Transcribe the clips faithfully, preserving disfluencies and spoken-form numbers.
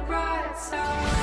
bright side.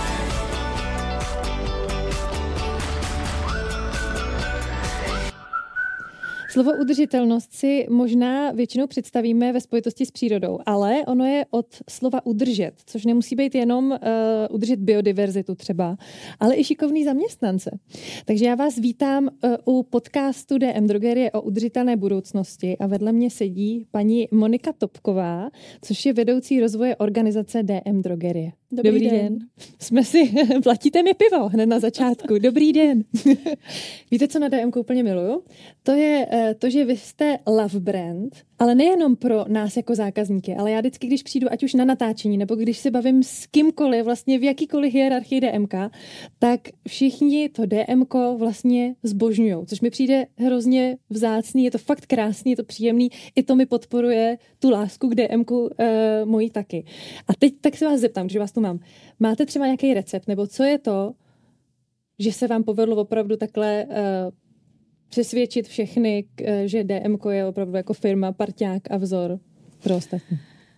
Slovo udržitelnost si možná většinou představíme ve spojitosti s přírodou, ale ono je od slova udržet, což nemusí být jenom uh, udržet biodiverzitu třeba, ale i šikovný zaměstnance. Takže já vás vítám uh, u podcastu D M Drogerie o udržitelné budoucnosti a vedle mě sedí paní Monika Topková, což je vedoucí rozvoje organizace D M Drogerie. Dobrý, Dobrý den. den. Jsme si, platíte mi pivo hned na začátku. Dobrý den. Víte, co na D M úplně miluju? To je to, že vy jste love brand, ale nejenom pro nás jako zákazníky, ale já vždycky, když přijdu, ať už na natáčení, nebo když se bavím s kýmkoliv, vlastně v jakýkoliv hierarchii D M K, tak všichni to D M ko vlastně zbožňujou, což mi přijde hrozně vzácný, je to fakt krásný, je to příjemný, i to mi podporuje tu lásku k D M ku uh, mojí taky. A teď tak se vás zeptám, že vás tu mám. Máte třeba nějaký recept, nebo co je to, že se vám povedlo opravdu takhle uh, přesvědčit všechny, že D M ko je opravdu jako firma, parťák a vzor pro ostatní?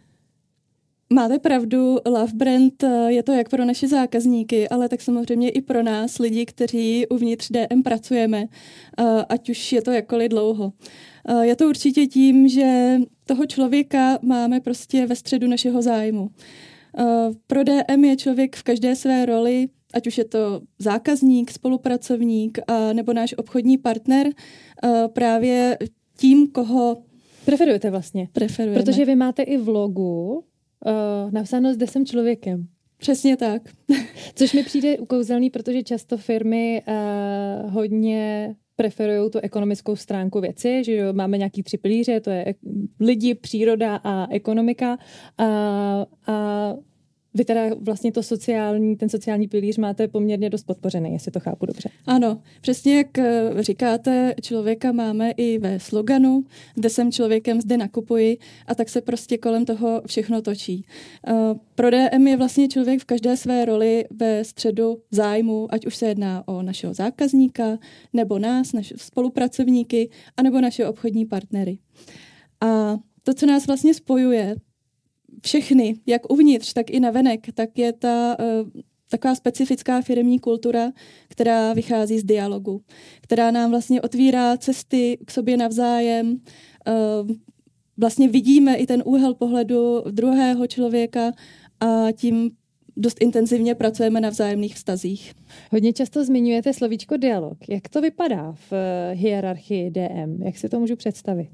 Máte pravdu, love brand je to jak pro naše zákazníky, ale tak samozřejmě i pro nás, lidi, kteří uvnitř D M pracujeme, ať už je to jakkoliv dlouho. Je to určitě tím, že toho člověka máme prostě ve středu našeho zájmu. Pro D M je člověk v každé své roli, ať už je to zákazník, spolupracovník a nebo náš obchodní partner, právě tím, koho preferujete vlastně. Preferujeme. Protože vy máte i v logu uh, napsáno, zde jsem člověkem. Přesně tak. Což mi přijde ukouzelný, protože často firmy uh, hodně preferují tu ekonomickou stránku věci, že jo, máme nějaký tři pilíře, to je lidi, příroda a ekonomika a, a vy teda vlastně to sociální, ten sociální pilíř máte poměrně dost podpořený, jestli to chápu dobře. Ano, přesně jak říkáte, člověka máme i ve sloganu, kde jsem člověkem, zde nakupuji a tak se prostě kolem toho všechno točí. Pro D M je vlastně člověk v každé své roli ve středu zájmu, ať už se jedná o našeho zákazníka, nebo nás, naše spolupracovníky, anebo naše obchodní partnery. A to, co nás vlastně spojuje, všechny, jak uvnitř, tak i navenek, tak je ta uh, taková specifická firemní kultura, která vychází z dialogu, která nám vlastně otvírá cesty k sobě navzájem. Uh, vlastně vidíme i ten úhel pohledu druhého člověka a tím dost intenzivně pracujeme na vzájemných vztazích. Hodně často zmiňujete slovíčko dialog. Jak to vypadá v uh, hierarchii D M? Jak si to můžu představit?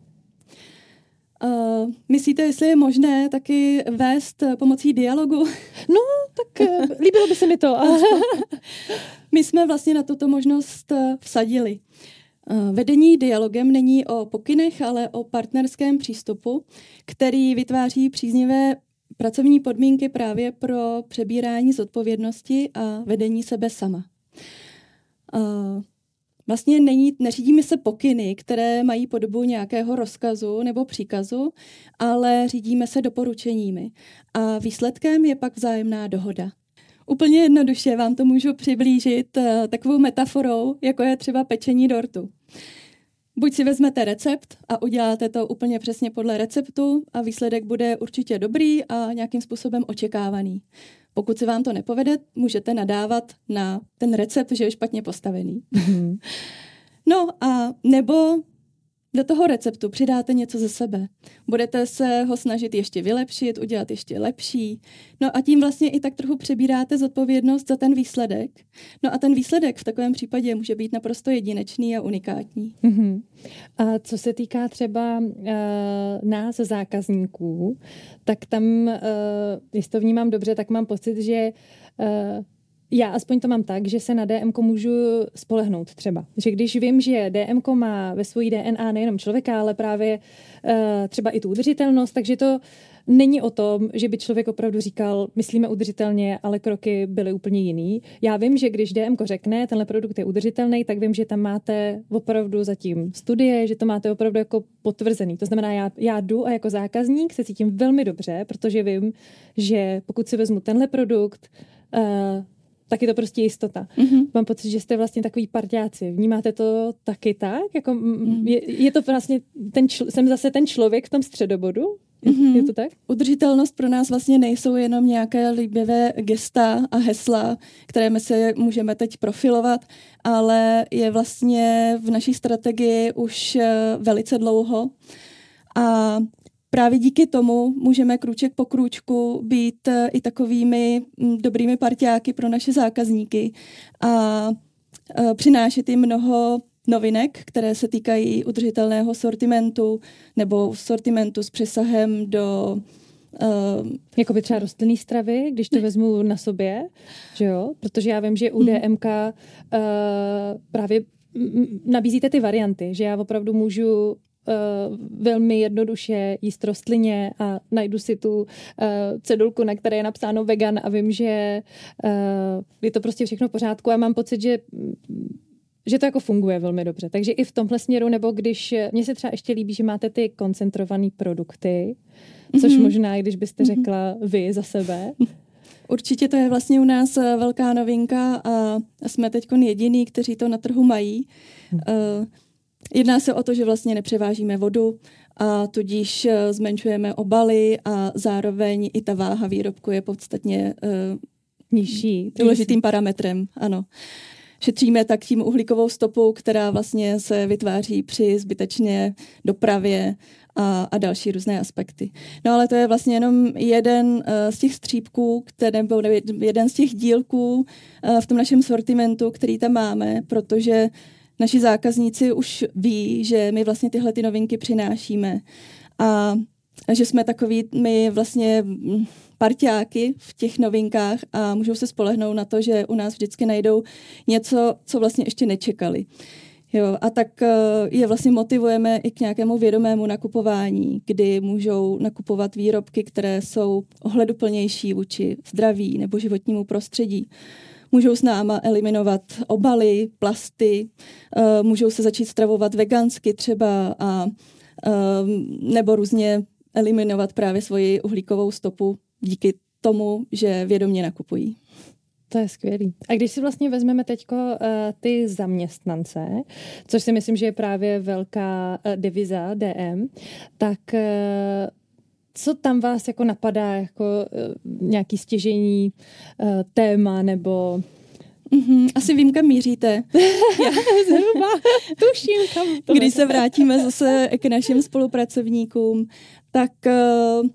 Uh, myslíte, jestli je možné taky vést pomocí dialogu? No, tak uh, líbilo by se mi to. My jsme vlastně na tuto možnost uh, vsadili. Uh, vedení dialogem není o pokynech, ale o partnerském přístupu, který vytváří příznivé pracovní podmínky právě pro přebírání zodpovědnosti a vedení sebe sama. Uh, Vlastně není, neřídíme se pokyny, které mají podobu nějakého rozkazu nebo příkazu, ale řídíme se doporučeními. A výsledkem je pak vzájemná dohoda. Úplně jednoduše vám to můžu přiblížit uh, takovou metaforou, jako je třeba pečení dortu. Buď si vezmete recept a uděláte to úplně přesně podle receptu a výsledek bude určitě dobrý a nějakým způsobem očekávaný. Pokud se vám to nepovede, můžete nadávat na ten recept, že je špatně postavený. Mm-hmm. No a nebo do toho receptu přidáte něco ze sebe. Budete se ho snažit ještě vylepšit, udělat ještě lepší. No a tím vlastně i tak trochu přebíráte zodpovědnost za ten výsledek. No a ten výsledek v takovém případě může být naprosto jedinečný a unikátní. Mm-hmm. A co se týká třeba uh, nás, zákazníků, tak tam, uh, jestli to vnímám dobře, tak mám pocit, že uh, já aspoň to mám tak, že se na D M ko můžu spolehnout třeba. Že když vím, že D M ko má ve svojí D N A nejenom člověka, ale právě uh, třeba i tu udržitelnost, takže to není o tom, že by člověk opravdu říkal, myslíme udržitelně, ale kroky byly úplně jiný. Já vím, že když D M ko řekne, tenhle produkt je udržitelný, tak vím, že tam máte opravdu zatím studie, že to máte opravdu jako potvrzený. To znamená, já, já jdu a jako zákazník se cítím velmi dobře, protože vím, že pokud si vezmu tenhle produkt, uh, taky to prostě jistota. Mm-hmm. Mám pocit, že jste vlastně takový parťáci. Vnímáte to taky tak? Jako, mm. je, je to vlastně, ten čl- jsem zase ten člověk v tom středobodu? Mm-hmm. Je to tak? Udržitelnost pro nás vlastně nejsou jenom nějaké líbivé gesta a hesla, které my se můžeme teď profilovat, ale je vlastně v naší strategii už velice dlouho. A právě díky tomu můžeme krůček po krůčku být i takovými dobrými parťáky pro naše zákazníky a přinášet jim mnoho novinek, které se týkají udržitelného sortimentu nebo sortimentu s přesahem do... Uh, jako by třeba rostlinné stravy, když to vezmu na sobě, že jo? Protože já vím, že u D M K uh, právě nabízíte ty varianty, že já opravdu můžu Uh, velmi jednoduše jíst rostlině a najdu si tu uh, cedulku, na které je napsáno vegan a vím, že uh, je to prostě všechno v pořádku a mám pocit, že že to jako funguje velmi dobře. Takže i v tomhle směru, nebo když, mně se třeba ještě líbí, že máte ty koncentrované produkty, což mm-hmm. možná, když byste řekla vy za sebe. Určitě to je vlastně u nás velká novinka a jsme teď jediný, kteří to na trhu mají. Mm. Uh, Jedná se o to, že vlastně nepřevážíme vodu a tudíž zmenšujeme obaly a zároveň i ta váha výrobku je podstatně uh, nižší. Důležitým parametrem, ano. Šetříme tak tím uhlíkovou stopu, která vlastně se vytváří při zbytečné dopravě a, a další různé aspekty. No ale to je vlastně jenom jeden uh, z těch střípků, které, nebo jeden z těch dílků uh, v tom našem sortimentu, který tam máme, protože naši zákazníci už ví, že my vlastně tyhle ty novinky přinášíme a že jsme takový my vlastně parťáky v těch novinkách a můžou se spolehnout na to, že u nás vždycky najdou něco, co vlastně ještě nečekali. Jo, a tak je vlastně motivujeme i k nějakému vědomému nakupování, kdy můžou nakupovat výrobky, které jsou ohleduplnější vůči zdraví nebo životnímu prostředí. Můžou s náma eliminovat obaly, plasty, uh, můžou se začít stravovat vegansky třeba a uh, nebo různě eliminovat právě svoji uhlíkovou stopu díky tomu, že vědomě nakupují. To je skvělý. A když si vlastně vezmeme teďko uh, ty zaměstnance, což si myslím, že je právě velká uh, deviza D M, tak uh, co tam vás jako napadá jako uh, nějaký stěžejní uh, téma nebo... Mm-hmm, asi vím, kam míříte. Já zhruba tuším, kam to Když se vrátíme zase k našim spolupracovníkům, tak uh,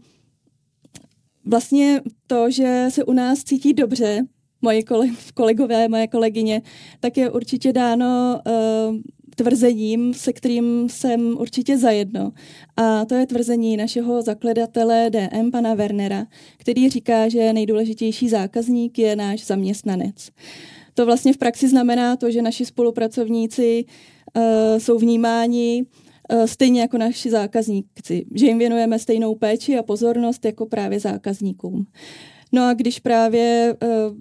vlastně to, že se u nás cítí dobře, moji kolegové, moje kolegyně, tak je určitě dáno uh, tvrzením, se kterým jsem určitě zajedno. A to je tvrzení našeho zakladatele D M, pana Wernera, který říká, že nejdůležitější zákazník je náš zaměstnanec. To vlastně v praxi znamená to, že naši spolupracovníci uh, jsou vnímáni uh, stejně jako naši zákazníci, že jim věnujeme stejnou péči a pozornost jako právě zákazníkům. No a když právě uh,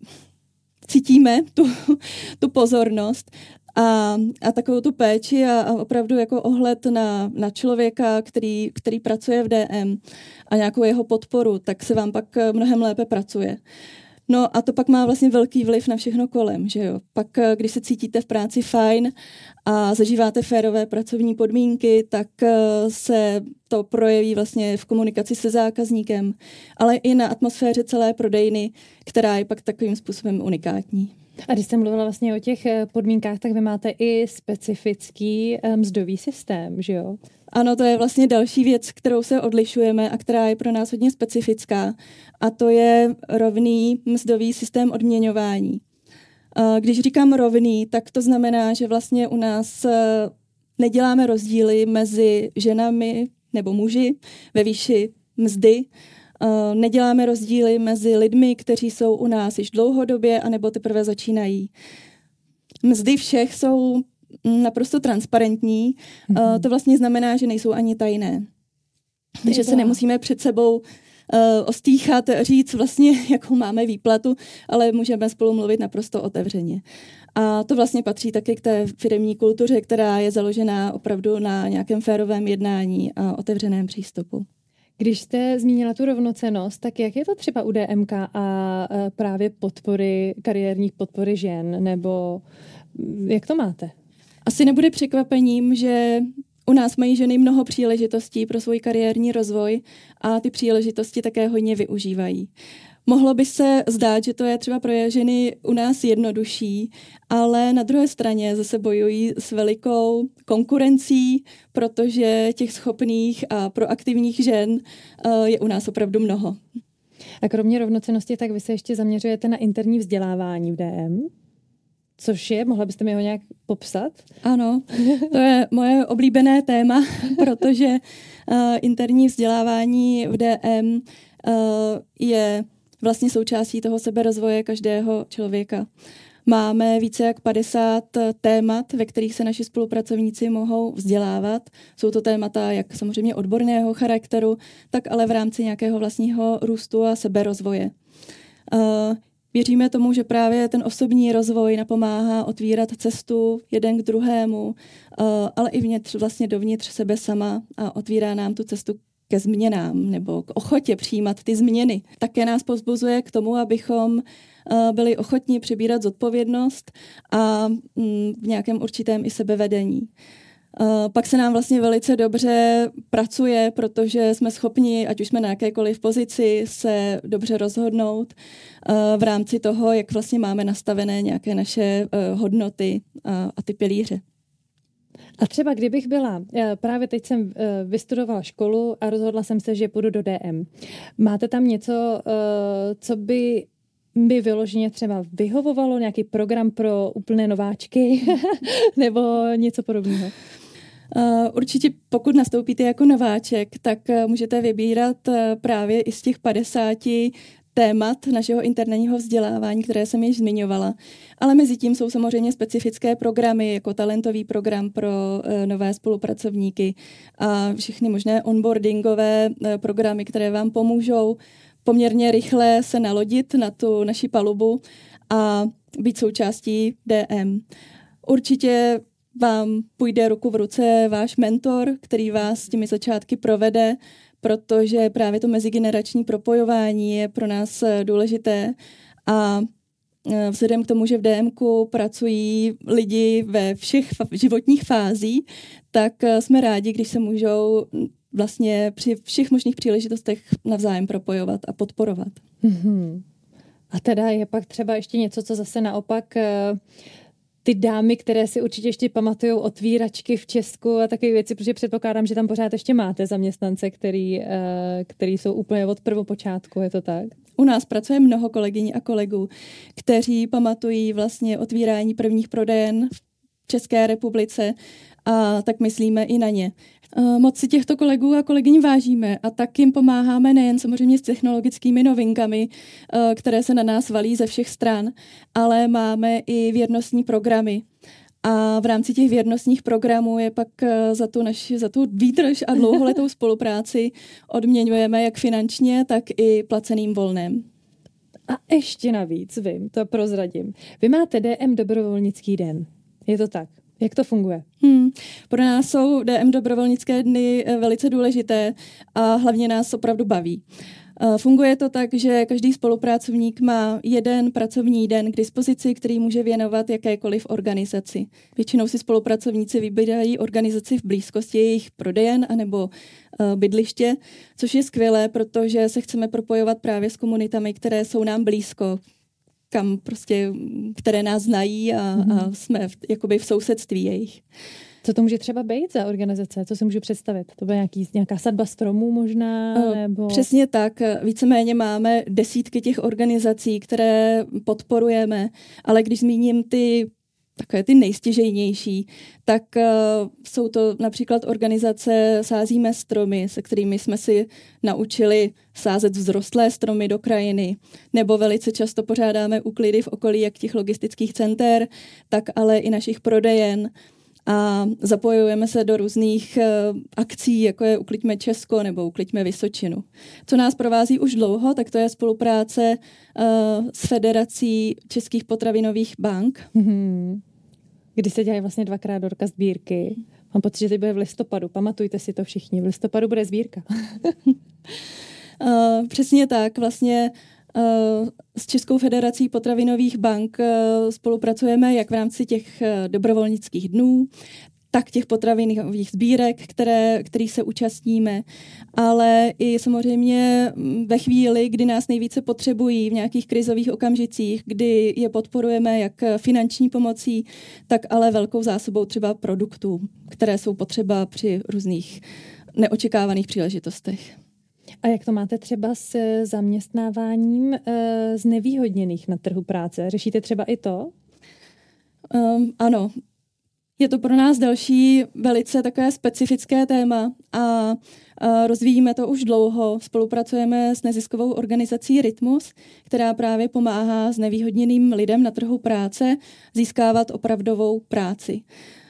cítíme tu, tu pozornost a, a takovou tu péči a, a opravdu jako ohled na, na člověka, který, který pracuje v D M a nějakou jeho podporu, tak se vám pak mnohem lépe pracuje. No a to pak má vlastně velký vliv na všechno kolem, že jo. Pak, když se cítíte v práci fajn a zažíváte férové pracovní podmínky, tak se to projeví vlastně v komunikaci se zákazníkem, ale i na atmosféře celé prodejny, která je pak takovým způsobem unikátní. A když jste mluvila vlastně o těch podmínkách, tak vy máte i specifický mzdový systém, že jo? Ano, to je vlastně další věc, kterou se odlišujeme a která je pro nás hodně specifická. A to je rovný mzdový systém odměňování. Když říkám rovný, tak to znamená, že vlastně u nás neděláme rozdíly mezi ženami nebo muži ve výši mzdy. Neděláme rozdíly mezi lidmi, kteří jsou u nás již dlouhodobě anebo teprve začínají. Mzdy všech jsou naprosto transparentní. Mm-hmm. To vlastně znamená, že nejsou ani tajné. Takže se nemusíme před sebou uh, ostýchat, říct vlastně, jakou máme výplatu, ale můžeme spolu mluvit naprosto otevřeně. A to vlastně patří taky k té firemní kultuře, která je založená opravdu na nějakém férovém jednání a otevřeném přístupu. Když jste zmínila tu rovnocennost, tak jak je to třeba u D M K a právě podpory, kariérních podpory žen, nebo jak to máte? Asi nebude překvapením, že u nás mají ženy mnoho příležitostí pro svůj kariérní rozvoj a ty příležitosti také hodně využívají. Mohlo by se zdát, že to je třeba pro ženy u nás jednodušší, ale na druhé straně zase bojují s velikou konkurencí, protože těch schopných a proaktivních žen je u nás opravdu mnoho. A kromě rovnocennosti, tak vy se ještě zaměřujete na interní vzdělávání v D M? Což je? Mohla byste mi ho nějak popsat? Ano, to je moje oblíbené téma, protože uh, interní vzdělávání v D M uh, je vlastně součástí toho seberozvoje každého člověka. Máme více jak padesát témat, ve kterých se naši spolupracovníci mohou vzdělávat. Jsou to témata jak samozřejmě odborného charakteru, tak ale v rámci nějakého vlastního růstu a seberozvoje. Uh, Věříme tomu, že právě ten osobní rozvoj napomáhá otvírat cestu jeden k druhému, ale i vnitř, vlastně dovnitř sebe sama a otvírá nám tu cestu ke změnám nebo k ochotě přijímat ty změny. Také nás povzbuzuje k tomu, abychom byli ochotní přebírat zodpovědnost a v nějakém určitém i sebevedení. Pak se nám vlastně velice dobře pracuje, protože jsme schopni, ať už jsme na jakékoliv pozici, se dobře rozhodnout v rámci toho, jak vlastně máme nastavené nějaké naše hodnoty a ty pilíře. A třeba kdybych byla, právě teď jsem vystudovala školu a rozhodla jsem se, že půjdu do D M. Máte tam něco, co by by vyloženě třeba vyhovovalo, nějaký program pro úplné nováčky nebo něco podobného? Uh, určitě pokud nastoupíte jako nováček, tak uh, můžete vybírat uh, právě i z těch padesáti témat našeho interního vzdělávání, které jsem již zmiňovala. Ale mezi tím jsou samozřejmě specifické programy, jako talentový program pro uh, nové spolupracovníky a všechny možné onboardingové uh, programy, které vám pomůžou poměrně rychle se nalodit na tu naši palubu a být součástí D M. Určitě vám půjde ruku v ruce váš mentor, který vás s těmi začátky provede, protože právě to mezigenerační propojování je pro nás důležité a vzhledem k tomu, že v D M ku pracují lidi ve všech životních fázích, tak jsme rádi, když se můžou vlastně při všech možných příležitostech navzájem propojovat a podporovat. Mm-hmm. A teda je pak třeba ještě něco, co zase naopak ty dámy, které si určitě ještě pamatují otvíračky v Česku a takové věci, protože předpokládám, že tam pořád ještě máte zaměstnance, který, který jsou úplně od prvopočátku, je to tak? U nás pracuje mnoho kolegyň a kolegů, kteří pamatují vlastně otvírání prvních prodejen v České republice a tak myslíme i na ně. Moc si těchto kolegů a kolegyň vážíme a tak jim pomáháme nejen samozřejmě s technologickými novinkami, které se na nás valí ze všech stran, ale máme i věrnostní programy. A v rámci těch věrnostních programů je pak za tu, naši, za tu výdrž a dlouholetou spolupráci odměňujeme jak finančně, tak i placeným volnem. A ještě navíc, vím, to prozradím. Vy máte D M dobrovolnický den, je to tak? Jak to funguje? Hmm. Pro nás jsou D M dobrovolnické dny velice důležité a hlavně nás opravdu baví. Funguje to tak, že každý spolupracovník má jeden pracovní den k dispozici, který může věnovat jakékoliv organizaci. Většinou si spolupracovníci vybírají organizaci v blízkosti jejich prodejen anebo bydliště, což je skvělé, protože se chceme propojovat právě s komunitami, které jsou nám blízko, kam prostě, které nás znají a, mm. a jsme v, jakoby v sousedství jejich. Co to může třeba být za organizace? Co si můžu představit? To bude nějaký, nějaká sadba stromů možná? Nebo... Přesně tak. Víceméně máme desítky těch organizací, které podporujeme, ale když zmíním ty takové ty nejstěžejnější, tak uh, jsou to například organizace Sázíme stromy, se kterými jsme si naučili sázet vzrostlé stromy do krajiny, nebo velice často pořádáme úklidy v okolí jak těch logistických center, tak ale i našich prodejen a zapojujeme se do různých uh, akcí, jako je Ukliďme Česko nebo Ukliďme Vysočinu. Co nás provází už dlouho, tak to je spolupráce uh, s Federací českých potravinových bank. Mm-hmm. Kdy se dělají vlastně dvakrát do roka sbírky. Mám pocit, že teď bude v listopadu. Pamatujte si to všichni. V listopadu bude sbírka. Uh, přesně tak, vlastně uh, s Českou federací potravinových bank uh, spolupracujeme jak v rámci těch uh, dobrovolnických dnů, tak těch potravinových sbírek, které, kterých se účastníme, ale i samozřejmě ve chvíli, kdy nás nejvíce potřebují v nějakých krizových okamžicích, kdy je podporujeme jak finanční pomocí, tak ale velkou zásobou třeba produktů, které jsou potřeba při různých neočekávaných příležitostech. A jak to máte třeba s zaměstnáváním e, znevýhodněných na trhu práce? Řešíte třeba i to? Um, ano. Je to pro nás další velice takové specifické téma a, a rozvíjíme to už dlouho. Spolupracujeme s neziskovou organizací Rytmus, která právě pomáhá znevýhodněným lidem na trhu práce získávat opravdovou práci.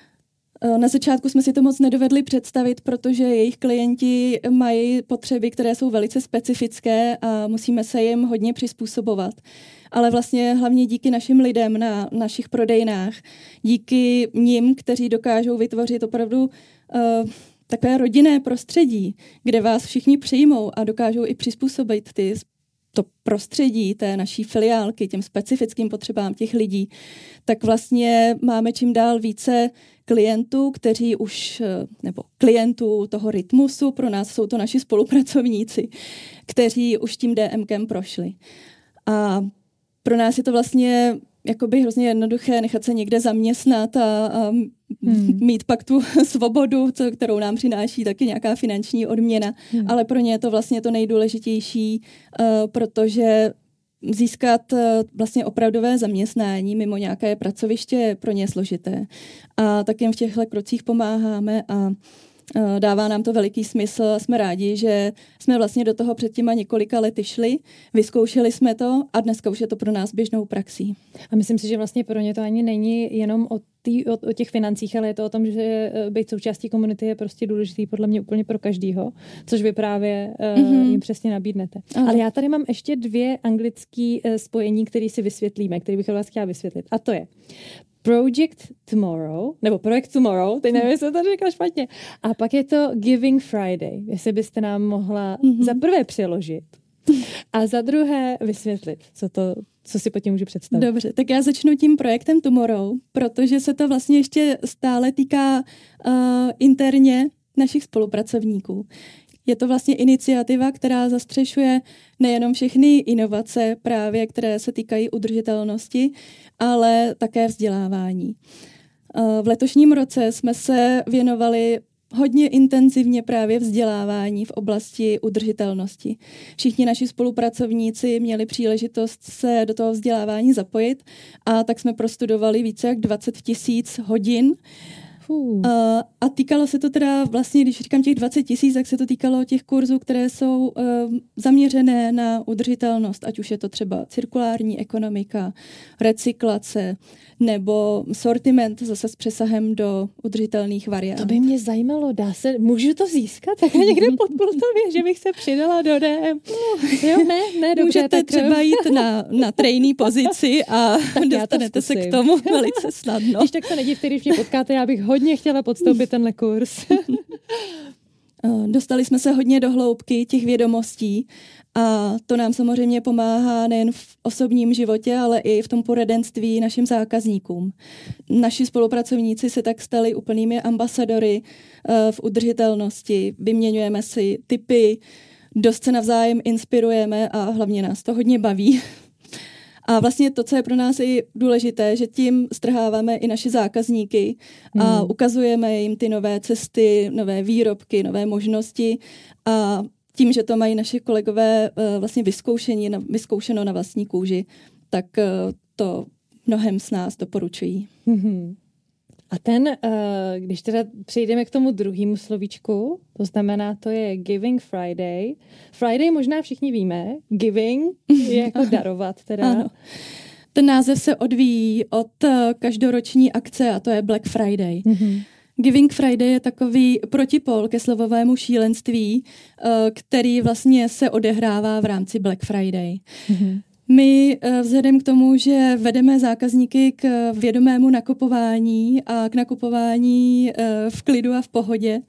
Na začátku jsme si to moc nedovedli představit, protože jejich klienti mají potřeby, které jsou velice specifické a musíme se jim hodně přizpůsobovat. Ale vlastně hlavně díky našim lidem na našich prodejnách, díky nim, kteří dokážou vytvořit opravdu uh, takové rodinné prostředí, kde vás všichni přijmou a dokážou i přizpůsobit ty to prostředí té naší filiálky těm specifickým potřebám těch lidí, tak vlastně máme čím dál více klientů, kteří už, nebo klientů toho Rytmusu, pro nás jsou to naši spolupracovníci, kteří už tím DMkem prošli. A pro nás je to vlastně jakoby hrozně jednoduché nechat se někde zaměstnat a, a hmm. mít pak tu svobodu, co, kterou nám přináší taky nějaká finanční odměna. Hmm. Ale pro ně je to vlastně to nejdůležitější, uh, protože získat uh, vlastně opravdové zaměstnání mimo nějaké pracoviště je pro ně složité. A tak jim v těchto krocích pomáháme a dává nám to veliký smysl. Jsme rádi, že jsme vlastně do toho před těma několika lety šli, vyzkoušeli jsme to a dneska už je to pro nás běžnou praxí. A myslím si, že vlastně pro ně to ani není jenom o, tý, o, o těch financích, ale je to o tom, že být součástí komunity je prostě důležitý podle mě úplně pro každýho, což vy právě mm-hmm. uh, jim přesně nabídnete. Aha. Ale já tady mám ještě dvě anglické uh, spojení, které si vysvětlíme, které bych vás chtěla vysvětlit. A to je Project Tomorrow, nebo Projekt Tomorrow, teď nevím, jestli jsem to říkala špatně. A pak je to Giving Friday, jestli byste nám mohla mm-hmm. za prvé přeložit a za druhé vysvětlit, co to, co si pod tím můžu představit. Dobře, tak já začnu tím projektem Tomorrow, protože se to vlastně ještě stále týká uh, interně našich spolupracovníků. Je to vlastně iniciativa, která zastřešuje nejenom všechny inovace právě, které se týkají udržitelnosti, ale také vzdělávání. V letošním roce jsme se věnovali hodně intenzivně právě vzdělávání v oblasti udržitelnosti. Všichni naši spolupracovníci měli příležitost se do toho vzdělávání zapojit a tak jsme prostudovali více jak dvacet tisíc hodin. Uh, a týkalo se to teda vlastně, když říkám těch dvacet tisíc, tak se to týkalo těch kurzů, které jsou uh, zaměřené na udržitelnost, ať už je to třeba cirkulární ekonomika, recyklace nebo sortiment zase s přesahem do udržitelných variant. To by mě zajímalo, dá se, můžu to získat tak někde pod pultově, že bych se přidala do D M. Jo, ne, ne, dobře. Můžete tak třeba jít na, na trainee pozici a dostanete se k tomu velice snadno. Když tak se nedivte, když mě potkáte, já bych hodně chtěla podstoupit tenhle kurz. Dostali jsme se hodně do hloubky těch vědomostí a to nám samozřejmě pomáhá nejen v osobním životě, ale i v tom poradenství našim zákazníkům. Naši spolupracovníci se tak stali úplnými ambasadory v udržitelnosti, vyměňujeme si tipy, dost se navzájem inspirujeme a hlavně nás to hodně baví. A vlastně to, co je pro nás i důležité, že tím strháváme i naše zákazníky a hmm. ukazujeme jim ty nové cesty, nové výrobky, nové možnosti a tím, že to mají naši kolegové vlastně vyzkoušení, vyzkoušeno na vlastní kůži, tak to mnohem z nás doporučují. Hmm. A ten, když teda přejdeme k tomu druhému slovíčku, to znamená, to je Giving Friday. Friday možná všichni víme, giving je jako darovat teda. Ano. Ten název se odvíjí od každoroční akce a to je Black Friday. Mm-hmm. Giving Friday je takový protipol ke slovovému šílenství, který vlastně se odehrává v rámci Black Friday. Mm-hmm. My vzhledem k tomu, že vedeme zákazníky k vědomému nakupování a k nakupování v klidu a v pohodě,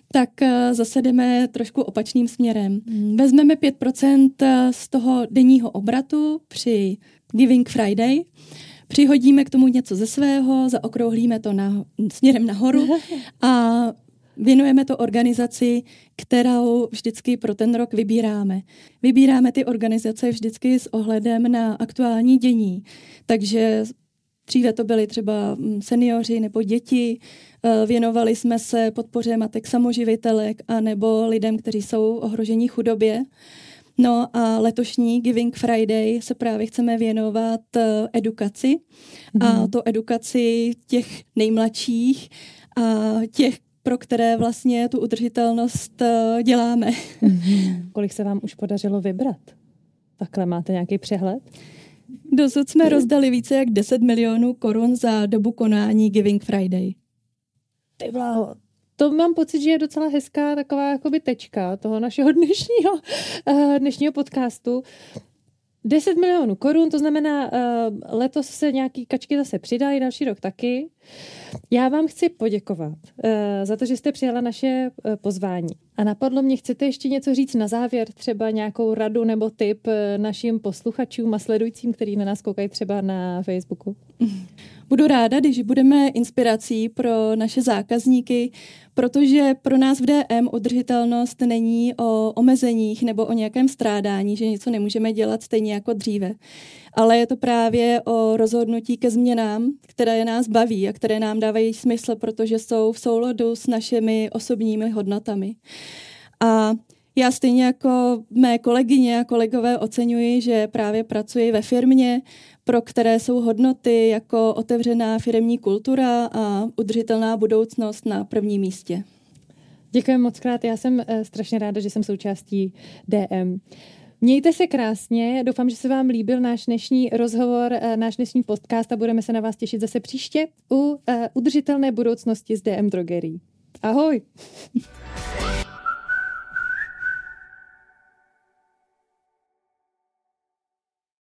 tak zase jdeme trošku opačným směrem. Vezmeme pět procent z toho denního obratu při Giving Friday, přihodíme k tomu něco ze svého, zaokrouhlíme to na, směrem nahoru a věnujeme to organizaci, kterou vždycky pro ten rok vybíráme. Vybíráme ty organizace vždycky s ohledem na aktuální dění. Takže dříve to byly třeba seniori nebo děti, věnovali jsme se podpoře matek samoživitelek a nebo lidem, kteří jsou ohroženi chudobě. No a letošní Giving Friday se právě chceme věnovat edukaci mm. a to edukaci těch nejmladších a těch, pro které vlastně tu udržitelnost děláme. Mm-hmm. Kolik se vám už podařilo vybrat? Takhle máte nějaký přehled? Dosud jsme rozdali více jak deset milionů korun za dobu konání Giving Friday. Ty bláho, to mám pocit, že je docela hezká taková jakoby tečka toho našeho dnešního, dnešního podcastu. deset milionů korun, to znamená, letos se nějaký kačky zase přidají, další rok taky. Já vám chci poděkovat za to, že jste přijala naše pozvání. A napadlo mě, chcete ještě něco říct na závěr, třeba nějakou radu nebo tip našim posluchačům a sledujícím, který na nás koukají třeba na Facebooku? Budu ráda, když budeme inspirací pro naše zákazníky, protože pro nás v D M udržitelnost není o omezeních nebo o nějakém strádání, že něco nemůžeme dělat stejně jako dříve. Ale je to právě o rozhodnutí ke změnám, které nás baví a které nám dávají smysl, protože jsou v souladu s našimi osobními hodnotami. A já stejně jako mé kolegyně a kolegové oceňuji, že právě pracuji ve firmě, pro které jsou hodnoty jako otevřená firemní kultura a udržitelná budoucnost na prvním místě. Děkuji moc krát, já jsem strašně ráda, že jsem součástí D M. Mějte se krásně, doufám, že se vám líbil náš dnešní rozhovor, náš dnešní podcast a budeme se na vás těšit zase příště u udržitelné budoucnosti s D M Drogerií. Ahoj!